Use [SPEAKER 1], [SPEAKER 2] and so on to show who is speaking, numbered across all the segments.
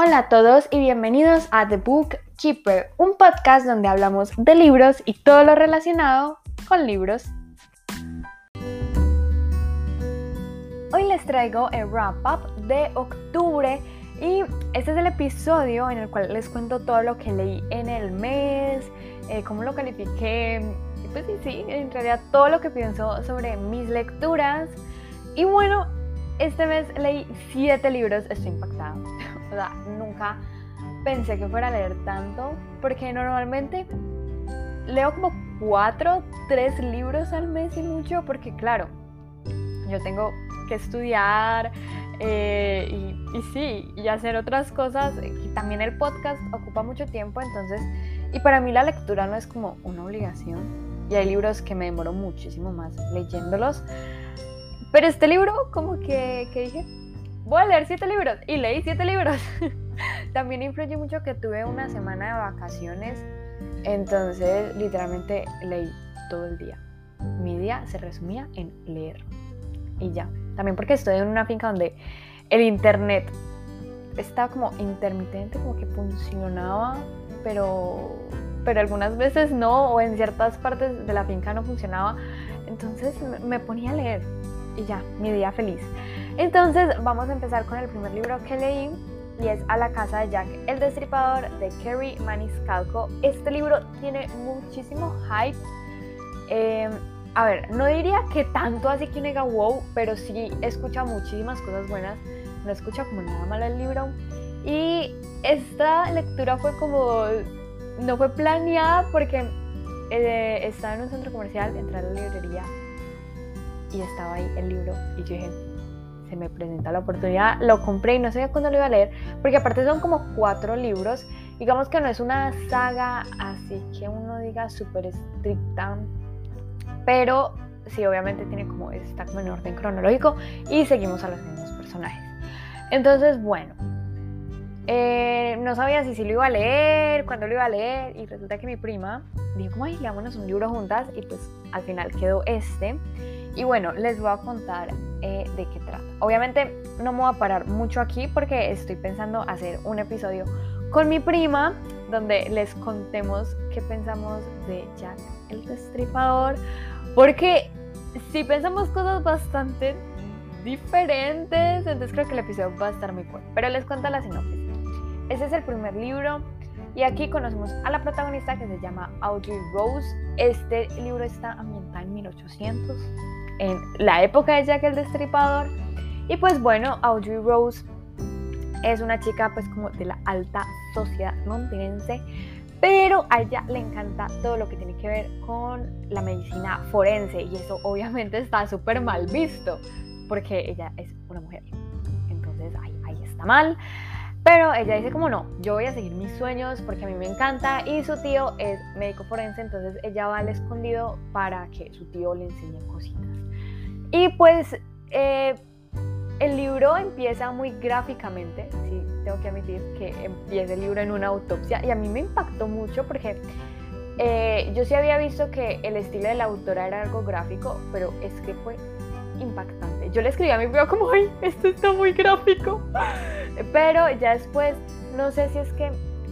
[SPEAKER 1] Hola a todos y bienvenidos a The Book Keeper, un podcast donde hablamos de libros y todo lo relacionado con libros. Hoy les traigo el wrap-up de octubre y este es el episodio en el cual les cuento todo lo que leí en el mes, cómo lo califiqué, y pues sí, en realidad todo lo que pienso sobre mis lecturas. Y bueno, este mes leí 7 libros, estoy impactada. O sea, nunca pensé que fuera a leer tanto, porque normalmente leo como 3 libros al mes y mucho, porque claro, yo tengo que estudiar y hacer otras cosas, y también el podcast ocupa mucho tiempo, entonces, y para mí la lectura no es como una obligación, y hay libros que me demoro muchísimo más leyéndolos, pero este libro como que dije, voy a leer 7 libros, y leí 7 libros. También influye mucho que tuve una semana de vacaciones, entonces literalmente leí todo el día. Mi día se resumía en leer y ya. También porque estoy en una finca donde el internet estaba como intermitente, como que funcionaba, pero algunas veces no, o en ciertas partes de la finca no funcionaba, entonces me ponía a leer y ya, mi día feliz. Entonces vamos a empezar con el primer libro que leí, y es A la casa de Jack el Destripador, de Kerri Maniscalco. Este libro tiene muchísimo hype. A ver, no diría que tanto así que diga wow, pero sí escucha muchísimas cosas buenas, no escucha como nada malo el libro. Y esta lectura fue como, no fue planeada, porque estaba en un centro comercial, entré a la librería y estaba ahí el libro y yo dije, se me presenta la oportunidad, lo compré y no sabía cuándo lo iba a leer, porque aparte son como 4 libros, digamos que no es una saga así que uno diga súper estricta, pero sí, obviamente tiene como, está como en orden cronológico y seguimos a los mismos personajes. Entonces, bueno, no sabía si lo iba a leer, cuándo lo iba a leer, y resulta que mi prima dijo como, ay, leámonos un libro juntas, y pues al final quedó este. Y bueno, les voy a contar de qué trata. Obviamente no me voy a parar mucho aquí porque estoy pensando hacer un episodio con mi prima donde les contemos qué pensamos de Jack el Destripador, porque sí pensamos cosas bastante diferentes, entonces creo que el episodio va a estar muy bueno. Pero les cuento la sinopsis. Ese es el primer libro y aquí conocemos a la protagonista, que se llama Audrey Rose. Este libro está ambientado en 1800, en la época de Jack el Destripador. Y pues bueno, Audrey Rose es una chica pues como de la alta sociedad londinense, pero a ella le encanta todo lo que tiene que ver con la medicina forense, y eso obviamente está súper mal visto porque ella es una mujer, entonces ahí está mal. Pero ella dice como no, yo voy a seguir mis sueños porque a mí me encanta, y su tío es médico forense, entonces ella va al escondido para que su tío le enseñe cositas. Y pues el libro empieza muy gráficamente, sí, tengo que admitir que empieza el libro en una autopsia, y a mí me impactó mucho porque yo sí había visto que el estilo de la autora era algo gráfico, pero es que fue impactante. Yo le escribí a mi primo como, ay, esto está muy gráfico, pero ya después, no sé si es que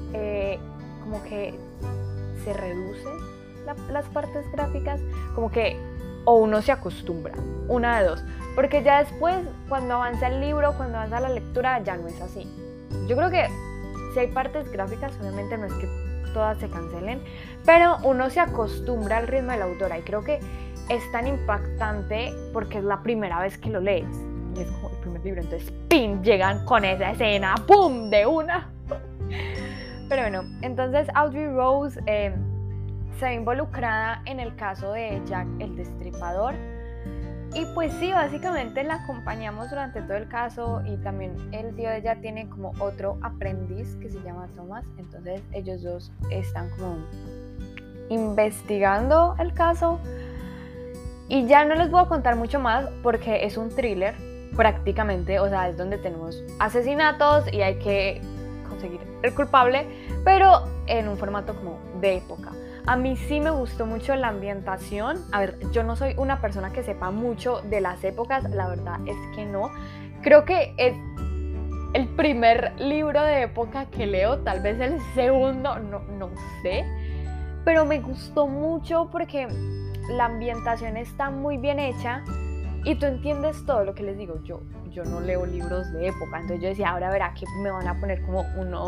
[SPEAKER 1] como que se reduce las partes gráficas, como que o uno se acostumbra, una de dos, porque ya después cuando avanza el libro, cuando avanza la lectura, ya no es así. Yo creo que si hay partes gráficas, obviamente no es que todas se cancelen, pero uno se acostumbra al ritmo de la autora, y creo que es tan impactante porque es la primera vez que lo lees y es como el primer libro, entonces ¡pim! Llegan con esa escena, ¡pum! De una. Pero bueno, entonces Audrey Rose se ve involucrada en el caso de Jack el Destripador, y pues sí, básicamente la acompañamos durante todo el caso, y también el tío de ella tiene como otro aprendiz que se llama Thomas, entonces ellos dos están como investigando el caso. Y ya no les voy a contar mucho más porque es un thriller prácticamente, o sea, es donde tenemos asesinatos y hay que conseguir el culpable, pero en un formato como de época. A mí sí me gustó mucho la ambientación. A ver, yo no soy una persona que sepa mucho de las épocas, la verdad es que no. Creo que el primer libro de época que leo, tal vez el segundo, no sé, pero me gustó mucho porque la ambientación está muy bien hecha y tú entiendes todo lo que les digo. Yo no leo libros de época, entonces yo decía, ahora verá que me van a poner como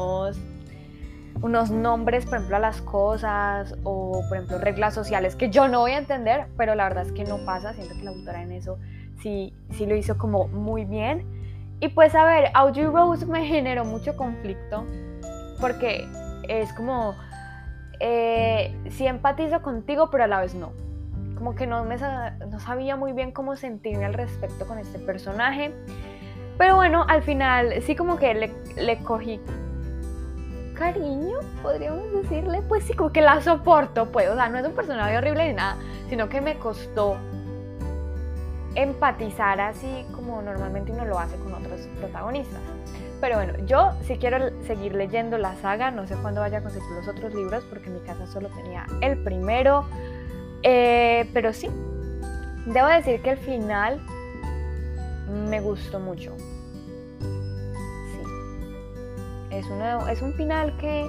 [SPEAKER 1] unos nombres, por ejemplo, a las cosas o, por ejemplo, reglas sociales que yo no voy a entender, pero la verdad es que no pasa. Siento que la autora en eso sí lo hizo como muy bien. Y pues a ver, Audrey Rose me generó mucho conflicto porque es como, sí empatizo contigo, pero a la vez no. Como que no sabía muy bien cómo sentirme al respecto con este personaje. Pero bueno, al final sí como que le cogí cariño, podríamos decirle. Pues sí, como que la soporto, pues. O sea, no es un personaje horrible ni nada, sino que me costó empatizar así como normalmente uno lo hace con otros protagonistas. Pero bueno, yo sí quiero seguir leyendo la saga. No sé cuándo vaya a conseguir los otros libros porque en mi casa solo tenía el primero. Pero sí, debo decir que el final me gustó mucho. Sí, es un final que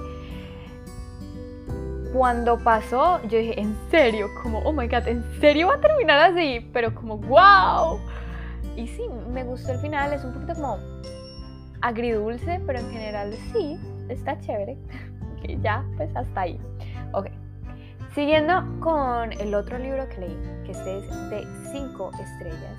[SPEAKER 1] cuando pasó yo dije, en serio, como oh my god, ¿en serio va a terminar así? Pero como wow. Y sí, me gustó el final, es un poquito como agridulce, pero en general sí, está chévere. Okay, ya, pues hasta ahí. Ok. Siguiendo con el otro libro que leí, que este es de 5 estrellas,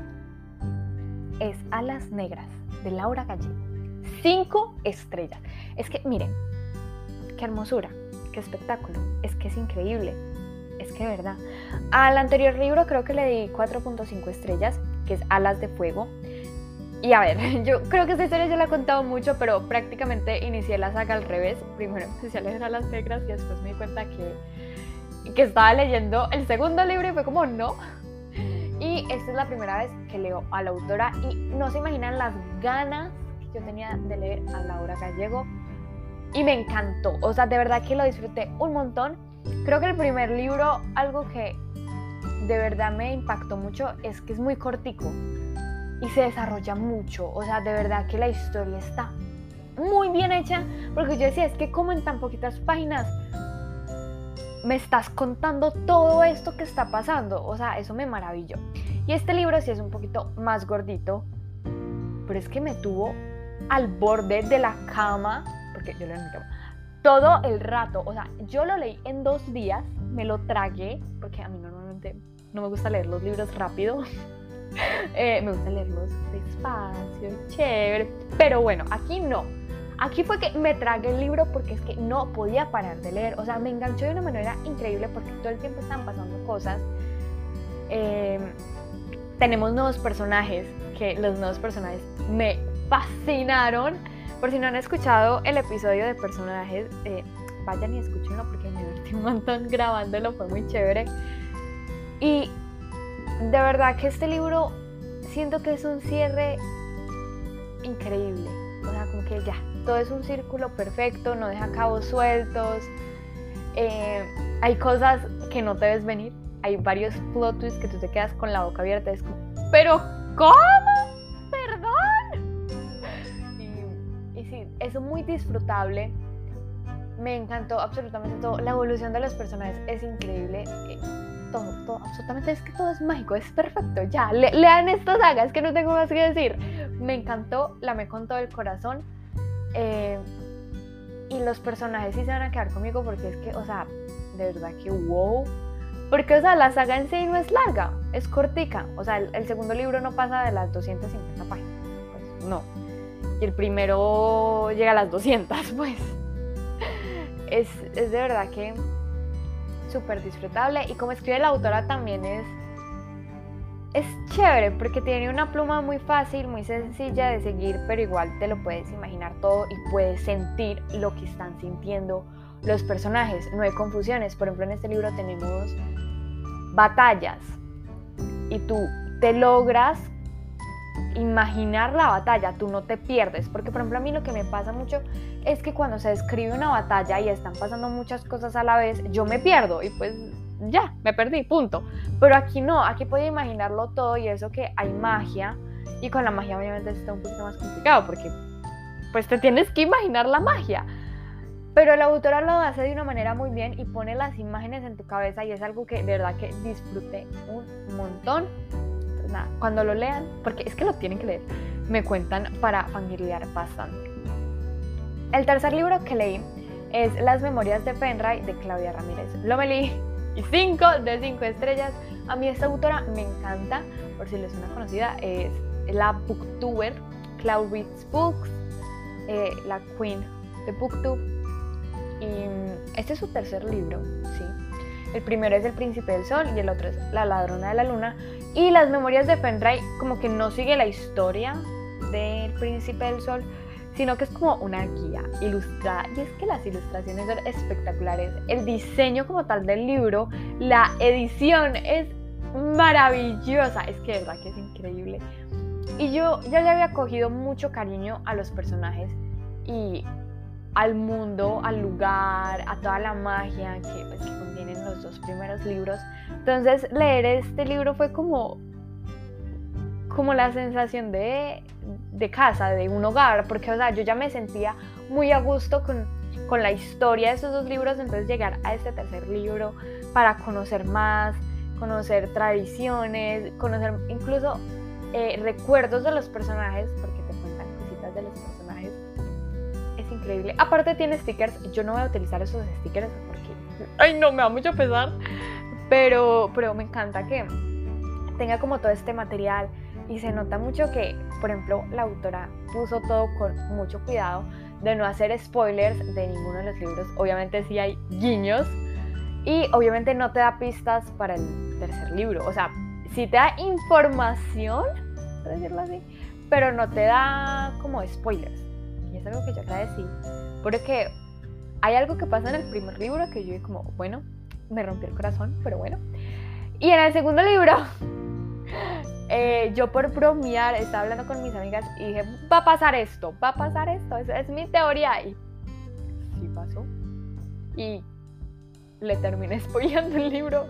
[SPEAKER 1] es Alas Negras, de Laura Gallego. 5 estrellas. Es que, miren, qué hermosura, qué espectáculo, es que es increíble, es que de verdad. Al anterior libro creo que le di 4.5 estrellas, que es Alas de Fuego. Y a ver, yo creo que esta historia ya la he contado mucho, pero prácticamente inicié la saga al revés. Primero empecé a leer Alas Negras y después me di cuenta que estaba leyendo el segundo libro y fue como no. Y esta es la primera vez que leo a la autora y no se imaginan las ganas que yo tenía de leer a Laura Gallego y me encantó. O sea, de verdad que lo disfruté un montón. Creo que el primer libro, algo que de verdad me impactó mucho es que es muy cortico y se desarrolla mucho. O sea, de verdad que la historia está muy bien hecha, porque yo decía, es que como en tan poquitas páginas me estás contando todo esto que está pasando. O sea, eso me maravilló. Y este libro sí es un poquito más gordito, pero es que me tuvo al borde de la cama, porque yo leo en mi cama, todo el rato. O sea, yo lo leí en 2 días, me lo tragué, porque a mí normalmente no me gusta leer los libros rápido. Me gusta leerlos despacio, chévere. Pero bueno, aquí no. Aquí fue que me tragué el libro porque es que no podía parar de leer. O sea, me enganchó de una manera increíble porque todo el tiempo estaban pasando cosas. Tenemos nuevos personajes, que los nuevos personajes me fascinaron. Por si no han escuchado el episodio de personajes, vayan y escúchenlo porque me divertí un montón grabándolo, fue muy chévere. Y de verdad que este libro siento que es un cierre increíble. O sea, como que ya, todo es un círculo perfecto, no deja cabos sueltos. Hay cosas que no te ves venir. Hay varios plot twists que tú te quedas con la boca abierta. Es como, ¿pero cómo? ¿Perdón? Y sí, es muy disfrutable. Me encantó absolutamente todo. La evolución de los personajes es increíble. Todo, absolutamente, es que todo es mágico, es perfecto. Ya, lean estas sagas, que no tengo más que decir. Me encantó, la amé con todo el corazón. Y los personajes sí se van a quedar conmigo porque es que, o sea, de verdad que wow. Porque, o sea, la saga en sí no es larga, es cortica. O sea, el segundo libro no pasa de las 250 páginas. Pues no. Y el primero llega a las 200, pues. Es de verdad que súper disfrutable. Y como escribe la autora también es chévere porque tiene una pluma muy fácil, muy sencilla de seguir, pero igual te lo puedes imaginar todo y puedes sentir lo que están sintiendo los personajes. No hay confusiones. Por ejemplo, en este libro tenemos batallas y tú te logras imaginar la batalla, tú no te pierdes, porque por ejemplo a mí lo que me pasa mucho es que cuando se describe una batalla y están pasando muchas cosas a la vez, yo me pierdo y pues ya, me perdí, punto. Pero aquí no, aquí puedo imaginarlo todo y eso que hay magia, y con la magia obviamente está un poquito más complicado porque pues te tienes que imaginar la magia. Pero la autora lo hace de una manera muy bien y pone las imágenes en tu cabeza y es algo que de verdad que disfruté un montón. Entonces, nada, cuando lo lean, porque es que lo tienen que leer, me cuentan para fangirlear bastante. El tercer libro que leí es Las Memorias de Fenrir de Claudia Ramírez. Lo me leí y 5 de 5 estrellas. A mí esta autora me encanta, por si les suena conocida, es la booktuber Cloud Reads Books, la queen de booktube. Y este es su tercer libro, ¿sí? El primero es El Príncipe del Sol y el otro es La Ladrona de la Luna. Y Las Memorias de Fenrir como que no sigue la historia del Príncipe del Sol, sino que es como una guía ilustrada. Y es que las ilustraciones son espectaculares. El diseño como tal del libro, la edición es maravillosa. Es que de verdad que es increíble. Y yo ya le había cogido mucho cariño a los personajes y al mundo, al lugar, a toda la magia que contienen los dos primeros libros. Entonces leer este libro fue como la sensación de casa, de un hogar, porque o sea, yo ya me sentía muy a gusto con la historia de esos dos libros. Entonces llegar a este tercer libro para conocer más, conocer tradiciones, conocer incluso recuerdos de los personajes, porque te cuentan cositas de los personajes. Es increíble. Aparte tiene stickers. Yo no voy a utilizar esos stickers porque ay no, me da mucho pesar, pero me encanta que tenga como todo este material. Y se nota mucho que, por ejemplo, la autora puso todo con mucho cuidado de no hacer spoilers de ninguno de los libros. Obviamente sí hay guiños y obviamente no te da pistas para el tercer libro. O sea, sí te da información, por decirlo así, pero no te da como spoilers. Y es algo que yo agradecí, porque hay algo que pasa en el primer libro que yo como, bueno, me rompió el corazón, pero bueno. Y en el segundo libro... yo por bromear estaba hablando con mis amigas y dije, va a pasar esto, esa es mi teoría. Y sí pasó. Y le terminé spoileando el libro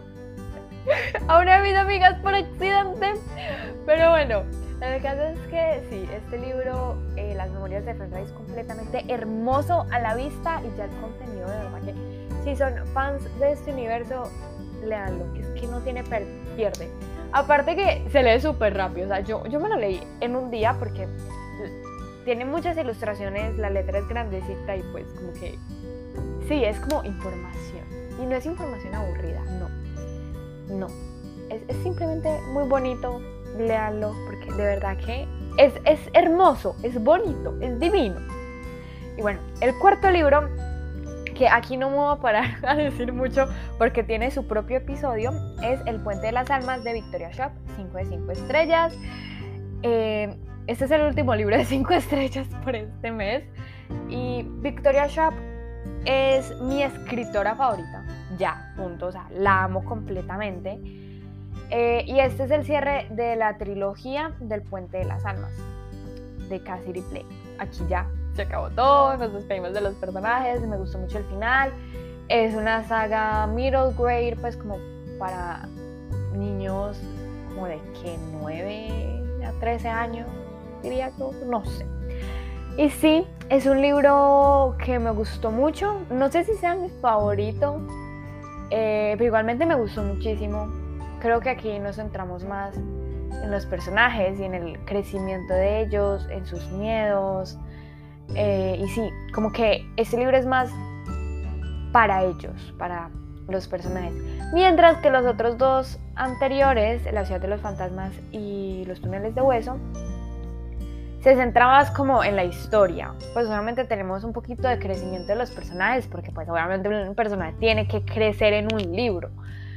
[SPEAKER 1] a una de mis amigas por accidente. Pero bueno, el caso es que sí, este libro, Las Memorias de Fenrir, es completamente hermoso a la vista. Y ya el contenido, de verdad que si son fans de este universo, leanlo, que es que no tiene pierde. Aparte que se lee súper rápido, o sea, yo me lo leí en un día porque tiene muchas ilustraciones, la letra es grandecita y pues como que sí, es como información. Y no es información aburrida, no. Es simplemente muy bonito, léanlo, porque de verdad que es hermoso, es bonito, es divino. Y bueno, el cuarto libro, que aquí no me voy a parar a decir mucho porque tiene su propio episodio, es El Puente de las Almas de Victoria Schwab, 5 de 5 estrellas. Este es el último libro de 5 estrellas por este mes. Y Victoria Schwab es mi escritora favorita, ya, punto, o sea, la amo completamente. Y este es el cierre de la trilogía del Puente de las Almas de Cassidy Play. Aquí ya se acabó todo, nos despedimos de los personajes, me gustó mucho el final. Es una saga middle grade, pues como para niños como de que 9 a 13 años, diría yo, no sé. Y sí, es un libro que me gustó mucho, no sé si sea mi favorito, pero igualmente me gustó muchísimo. Creo que aquí nos centramos más en los personajes y en el crecimiento de ellos, en sus miedos. Y sí, como que este libro es más para ellos, para los personajes. Mientras que los otros dos anteriores, La Ciudad de los Fantasmas y Los Túneles de Hueso, se centra más como en la historia. Pues obviamente tenemos un poquito de crecimiento de los personajes, porque pues obviamente un personaje tiene que crecer en un libro.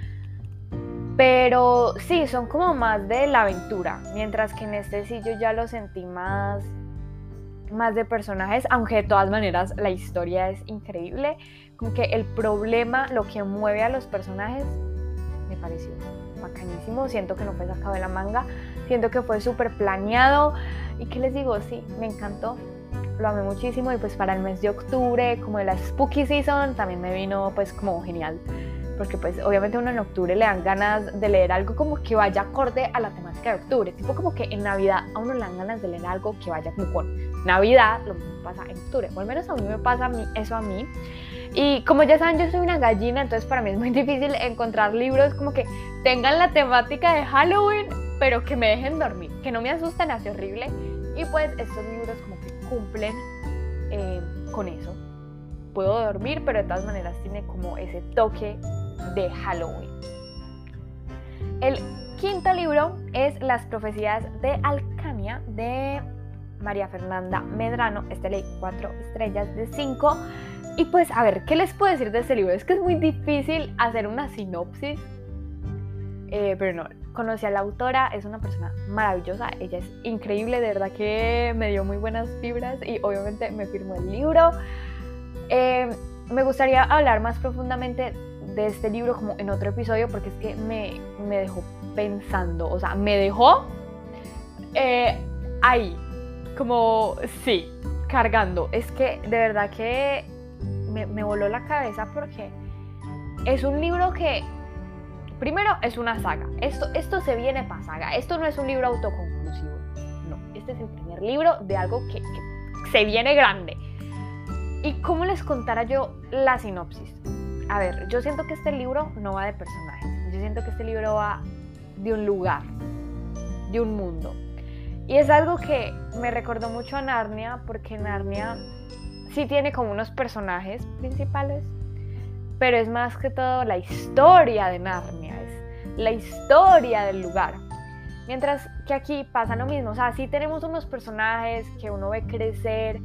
[SPEAKER 1] Pero sí, son como más de la aventura, mientras que en este sí yo ya lo sentí más de personajes, aunque de todas maneras la historia es increíble. Como que el problema, lo que mueve a los personajes, me pareció bacanísimo. Siento que no fue sacado de la manga, siento que fue súper planeado. Y qué les digo, sí, me encantó, lo amé muchísimo. Y pues para el mes de octubre, como de la Spooky Season, también me vino pues como genial, porque pues obviamente uno en octubre le dan ganas de leer algo como que vaya acorde a la temática de octubre, tipo como que en Navidad a uno le dan ganas de leer algo que vaya como con Navidad, lo mismo pasa en octubre, o al menos a mí me pasa eso a mí. Y como ya saben, yo soy una gallina, entonces para mí es muy difícil encontrar libros como que tengan la temática de Halloween, pero que me dejen dormir, que no me asusten así horrible. Y pues estos libros como que cumplen con eso. Puedo dormir, pero de todas maneras tiene como ese toque de Halloween. El quinto libro es Las profecías de Alcania, de María Fernanda Medrano. Este leí 4 estrellas de 5. Y pues, a ver, ¿qué les puedo decir de este libro? Es que es muy difícil hacer una sinopsis, pero no, conocí a la autora, es una persona maravillosa, ella es increíble, de verdad que me dio muy buenas vibras y obviamente me firmó el libro. Me gustaría hablar más profundamente de este libro como en otro episodio, porque es que me dejó pensando, o sea, me dejó ahí, como, sí, cargando. Es que de verdad que me voló la cabeza, porque es un libro que, primero, es una saga. Esto se viene para saga. Esto no es un libro autoconclusivo. No, este es el primer libro de algo que se viene grande. ¿Y cómo les contara yo la sinopsis? A ver, yo siento que este libro no va de personajes. Yo siento que este libro va de un lugar, de un mundo. Y es algo que me recordó mucho a Narnia, porque Narnia sí tiene como unos personajes principales, pero es más que todo la historia de Narnia, es la historia del lugar. Mientras que aquí pasa lo mismo, o sea, sí tenemos unos personajes que uno ve crecer,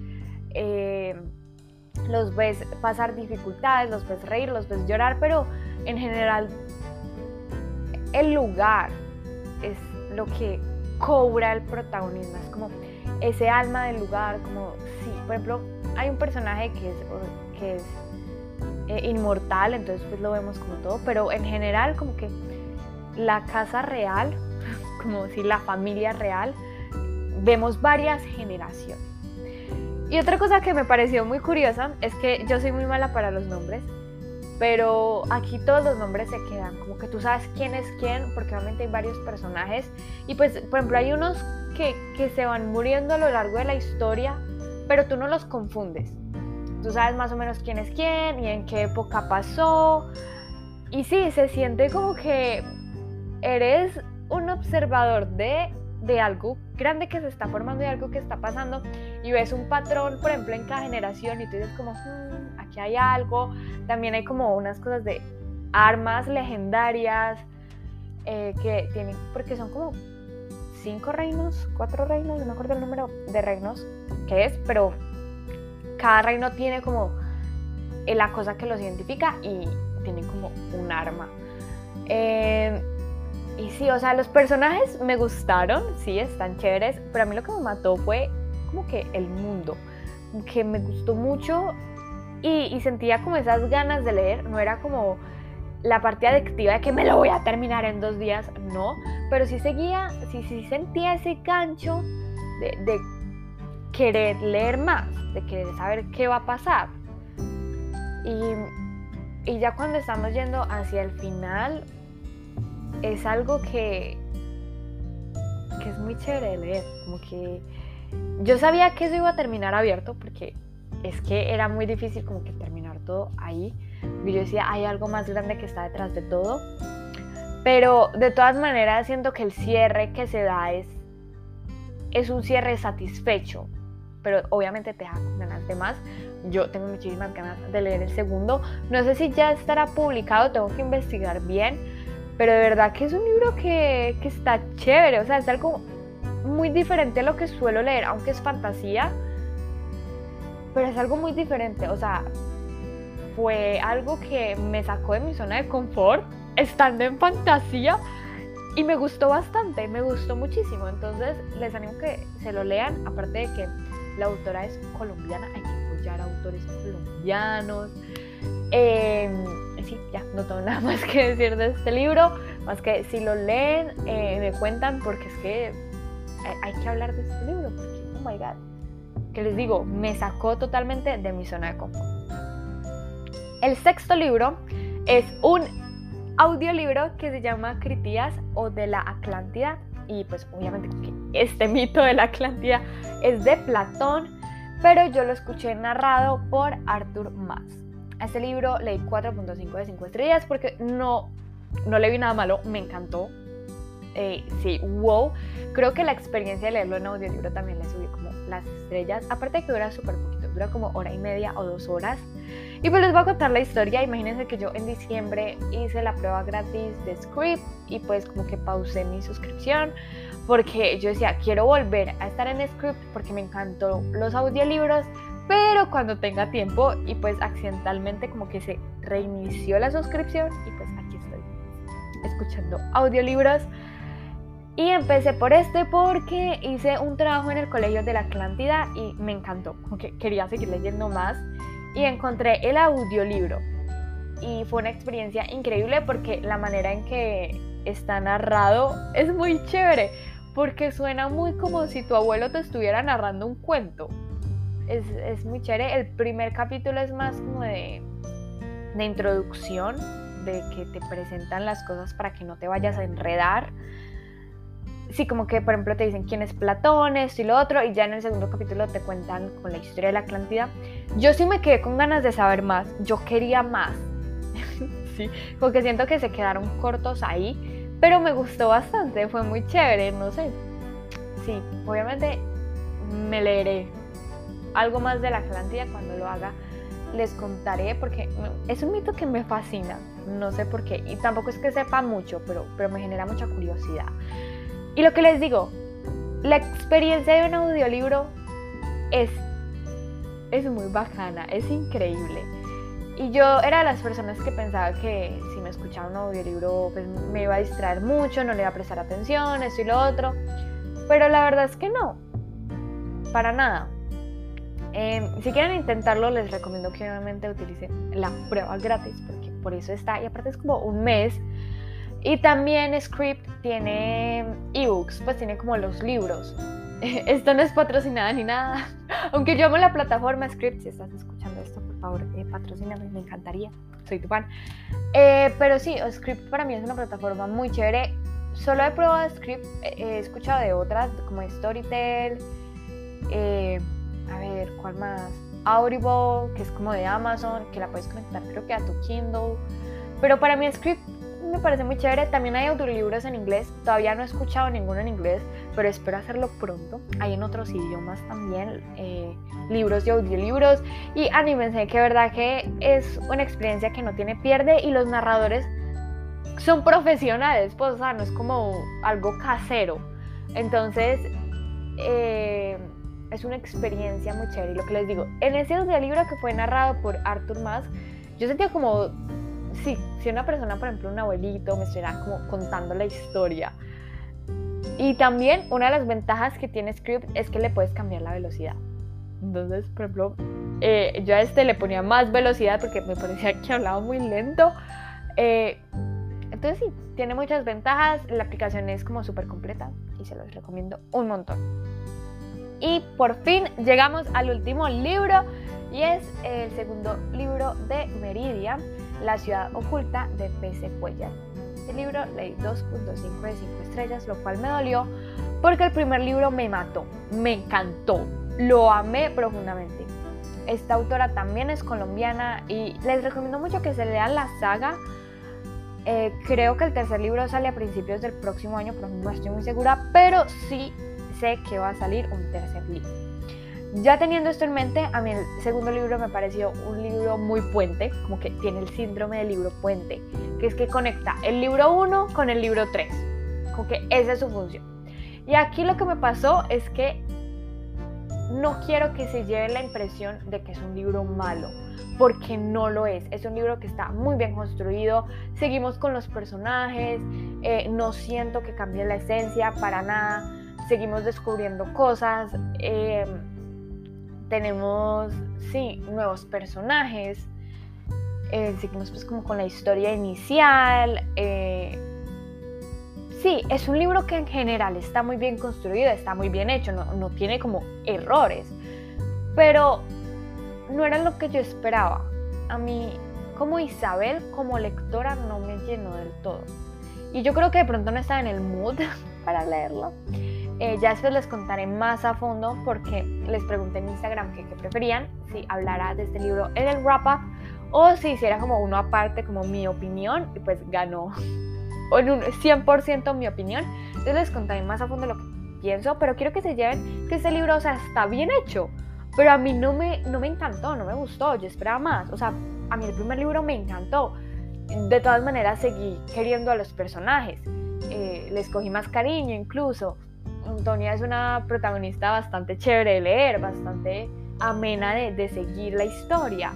[SPEAKER 1] los ves pasar dificultades, los ves reír, los ves llorar, pero en general el lugar es lo que cobra el protagonismo, es como ese alma del lugar, como sí, por ejemplo, hay un personaje que es inmortal, entonces pues lo vemos como todo, pero en general como que la casa real, como si la familia real, vemos varias generaciones. Y otra cosa que me pareció muy curiosa es que yo soy muy mala para los nombres, pero aquí todos los nombres se quedan, como que tú sabes quién es quién, porque obviamente hay varios personajes, y pues por ejemplo hay unos que se van muriendo a lo largo de la historia, pero tú no los confundes. Tú sabes más o menos quién es quién y en qué época pasó. Y sí, se siente como que eres un observador de algo grande que se está formando, de algo que está pasando, y ves un patrón, por ejemplo, en cada generación, y tú dices como, aquí hay algo. También hay como unas cosas de armas legendarias que tienen, porque son como 5 reinos, 4 reinos, no me acuerdo el número de reinos que es, pero cada reino tiene como la cosa que los identifica y tienen como un arma. Y sí, o sea, los personajes me gustaron, sí, están chéveres, pero a mí lo que me mató fue como que el mundo, que me gustó mucho y sentía como esas ganas de leer. No era como la parte adictiva de que me lo voy a terminar en 2 días, no, pero sí sentía ese gancho de querer leer más, de querer saber qué va a pasar. Y ya cuando estamos yendo hacia el final, es algo que es muy chévere de leer, como que yo sabía que eso iba a terminar abierto, porque es que era muy difícil como que terminar todo ahí. Yo decía, hay algo más grande que está detrás de todo, pero de todas maneras siento que el cierre que se da es un cierre satisfecho, pero obviamente te da ganas de más. Yo tengo muchísimas ganas de leer el segundo, no sé si ya estará publicado, tengo que investigar bien, pero de verdad que es un libro que está chévere, o sea, es algo muy diferente a lo que suelo leer, aunque es fantasía, pero es algo muy diferente, o sea, fue algo que me sacó de mi zona de confort, estando en fantasía, y me gustó bastante, me gustó muchísimo. Entonces les animo que se lo lean, aparte de que la autora es colombiana, hay que apoyar a autores colombianos. Sí, ya, no tengo nada más que decir de este libro, más que si lo leen, me cuentan, porque es que hay que hablar de este libro, porque, oh my god, que les digo, me sacó totalmente de mi zona de confort. El sexto libro es un audiolibro que se llama Critías o de la Atlántida, y pues obviamente que este mito de la Atlántida es de Platón. pero yo lo escuché narrado por Arthur Mas. A este libro leí 4.5 de 5 estrellas porque no le vi nada malo, me encantó. Sí, wow. Creo que la experiencia de leerlo en audiolibro también le subió como las estrellas. Aparte de que dura súper poquito, dura como 1:30 o 2 horas. Y pues les voy a contar la historia. Imagínense que yo en diciembre hice la prueba gratis de Scribd y pues como que pausé mi suscripción porque yo decía, quiero volver a estar en Scribd porque me encantó los audiolibros, pero cuando tenga tiempo, y pues accidentalmente como que se reinició la suscripción y pues aquí estoy escuchando audiolibros. Y empecé por este porque hice un trabajo en el Colegio de la Atlántida y me encantó, como que quería seguir leyendo más y encontré el audiolibro y fue una experiencia increíble porque la manera en que está narrado es muy chévere porque suena muy como si tu abuelo te estuviera narrando un cuento. Es muy chévere. El primer capítulo es más como de introducción, de que te presentan las cosas para que no te vayas a enredar. Sí, como que por ejemplo te dicen quién es Platón, esto y lo otro, y ya en el segundo capítulo te cuentan con la historia de la Atlántida. Yo sí me quedé con ganas de saber más, yo quería más. Sí, porque siento que se quedaron cortos ahí, pero me gustó bastante, fue muy chévere, no sé. Sí, obviamente me leeré algo más de la Atlántida cuando lo haga, les contaré porque es un mito que me fascina, no sé por qué, y tampoco es que sepa mucho, pero me genera mucha curiosidad. Y lo que les digo, la experiencia de un audiolibro es muy bacana, es increíble. Y yo era de las personas que pensaba que si me escuchaba un audiolibro pues me iba a distraer mucho, no le iba a prestar atención, esto y lo otro. Pero la verdad es que no, para nada. Si quieren intentarlo, les recomiendo que obviamente utilicen la prueba gratis, porque por eso está, y aparte es como un mes. Y también Scribd tiene ebooks, pues tiene como los libros. Esto no es patrocinada ni nada, aunque yo amo la plataforma Scribd. Si estás escuchando esto, por favor, patrocíname, me encantaría, soy tu fan. Pero sí, Scribd para mí es una plataforma muy chévere. Solo he probado Scribd, he escuchado de otras como Storytel, a ver, ¿cuál más? Audible, que es como de Amazon, que la puedes conectar creo que a tu Kindle. Pero para mí Scribd me parece muy chévere. También hay audiolibros en inglés. Todavía no he escuchado ninguno en inglés, pero espero hacerlo pronto. Hay en otros idiomas también libros y audiolibros. Y anímense, que verdad que es una experiencia que no tiene pierde. Y los narradores son profesionales, pues, o sea, no es como algo casero. Entonces, es una experiencia muy chévere. Y lo que les digo, en ese audiolibro que fue narrado por Arthur Mas, yo sentía como, sí, si una persona, por ejemplo, un abuelito, me estuviera como contando la historia. Y también una de las ventajas que tiene Scribd es que le puedes cambiar la velocidad. Entonces, por ejemplo, yo a este le ponía más velocidad porque me parecía que hablaba muy lento. Entonces sí, tiene muchas ventajas. La aplicación es como súper completa y se los recomiendo un montón. Y por fin llegamos al último libro y es el segundo libro de Meridia, La ciudad oculta de P.C. Cuellar. Este libro leí 2.5 de 5 estrellas, lo cual me dolió porque el primer libro me mató, me encantó, lo amé profundamente. Esta autora también es colombiana y les recomiendo mucho que se lean la saga. Creo que el tercer libro sale a principios del próximo año, pero no estoy muy segura, pero sí sé que va a salir un tercer libro. Ya teniendo esto en mente, a mí el segundo libro me pareció un libro muy puente, como que tiene el síndrome del libro puente, que es que conecta el libro 1 con el libro 3, como que esa es su función. Y aquí lo que me pasó es que no quiero que se lleve la impresión de que es un libro malo, porque no lo es un libro que está muy bien construido, seguimos con los personajes, no siento que cambie la esencia para nada, seguimos descubriendo cosas, tenemos, sí, nuevos personajes, seguimos pues como con la historia inicial, sí, es un libro que en general está muy bien construido, está muy bien hecho, no tiene como errores, pero no era lo que yo esperaba. A mí, como Isabel, como lectora, no me llenó del todo. Y yo creo que de pronto no estaba en el mood para leerlo. Ya después les contaré más a fondo porque les pregunté en Instagram que qué preferían, si hablara de este libro en el wrap-up o si hiciera como uno aparte, como mi opinión, y pues ganó en un 100% mi opinión. Entonces les contaré más a fondo lo que pienso, pero quiero que se lleven que este libro, o sea, está bien hecho, pero a mí no me encantó, no me gustó, yo esperaba más. O sea, a mí el primer libro me encantó. De todas maneras seguí queriendo a los personajes, les cogí más cariño incluso. Antonia es una protagonista bastante chévere de leer, bastante amena de seguir la historia,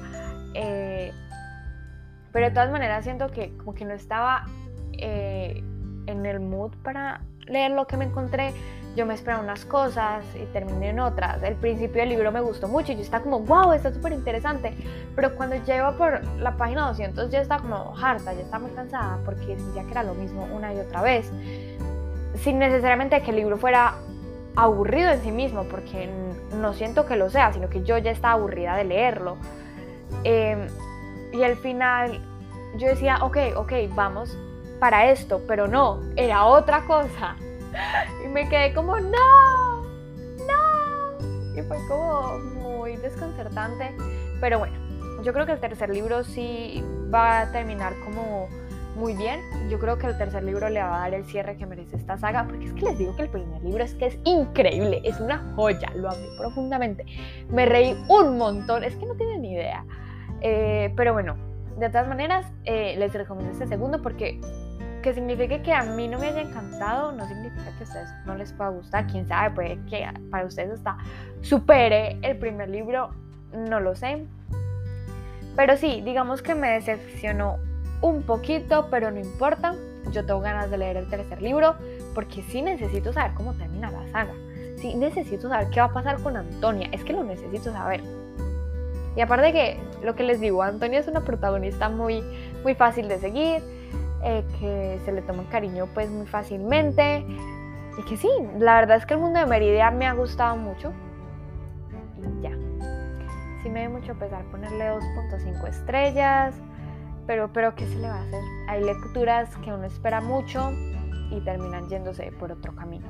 [SPEAKER 1] pero de todas maneras siento que como que no estaba en el mood para leer lo que me encontré. Yo me esperaba unas cosas y terminé en otras. El principio del libro me gustó mucho y yo estaba como, wow, está súper interesante, pero cuando ya iba por la página 200 ya estaba como harta, ya estaba muy cansada porque sentía que era lo mismo una y otra vez, sin necesariamente que el libro fuera aburrido en sí mismo, porque no siento que lo sea, sino que yo ya estaba aburrida de leerlo. Y al final yo decía, ok, vamos para esto, pero no, era otra cosa. Y me quedé como, no. Y fue como muy desconcertante. Pero bueno, yo creo que el tercer libro sí va a terminar como muy bien. Yo creo que el tercer libro le va a dar el cierre que merece esta saga, porque es que les digo que el primer libro es que es increíble, es una joya, lo amé profundamente, me reí un montón, es que no tienen ni idea. Pero bueno, de todas maneras les recomiendo este segundo, porque que signifique que a mí no me haya encantado no significa que a ustedes no les pueda gustar. Quién sabe, puede que para ustedes hasta supere el primer libro, no lo sé. Pero sí, digamos que me decepcionó un poquito, pero no importa. Yo tengo ganas de leer el tercer libro porque sí necesito saber cómo termina la saga. Sí necesito saber qué va a pasar con Antonia. Es que lo necesito saber. Y aparte que, lo que les digo, Antonia es una protagonista muy, muy fácil de seguir, que se le toma cariño pues muy fácilmente. Y que sí, la verdad es que el mundo de Meridia me ha gustado mucho. Y ya. Sí me da mucho pesar ponerle 2.5 estrellas. Pero ¿qué se le va a hacer? Hay lecturas que uno espera mucho y terminan yéndose por otro camino.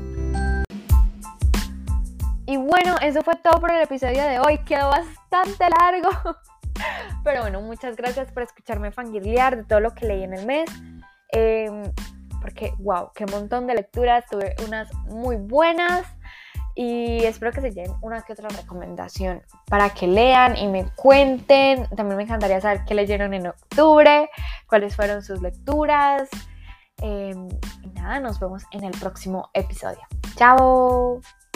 [SPEAKER 1] Y bueno, eso fue todo por el episodio de hoy. Quedó bastante largo. Pero bueno, muchas gracias por escucharme fangirlear de todo lo que leí en el mes. Porque, wow, qué montón de lecturas. Tuve unas muy buenas. Y espero que se lleven una que otra recomendación para que lean y me cuenten. También me encantaría saber qué leyeron en octubre, cuáles fueron sus lecturas. Y nada, nos vemos en el próximo episodio. ¡Chao!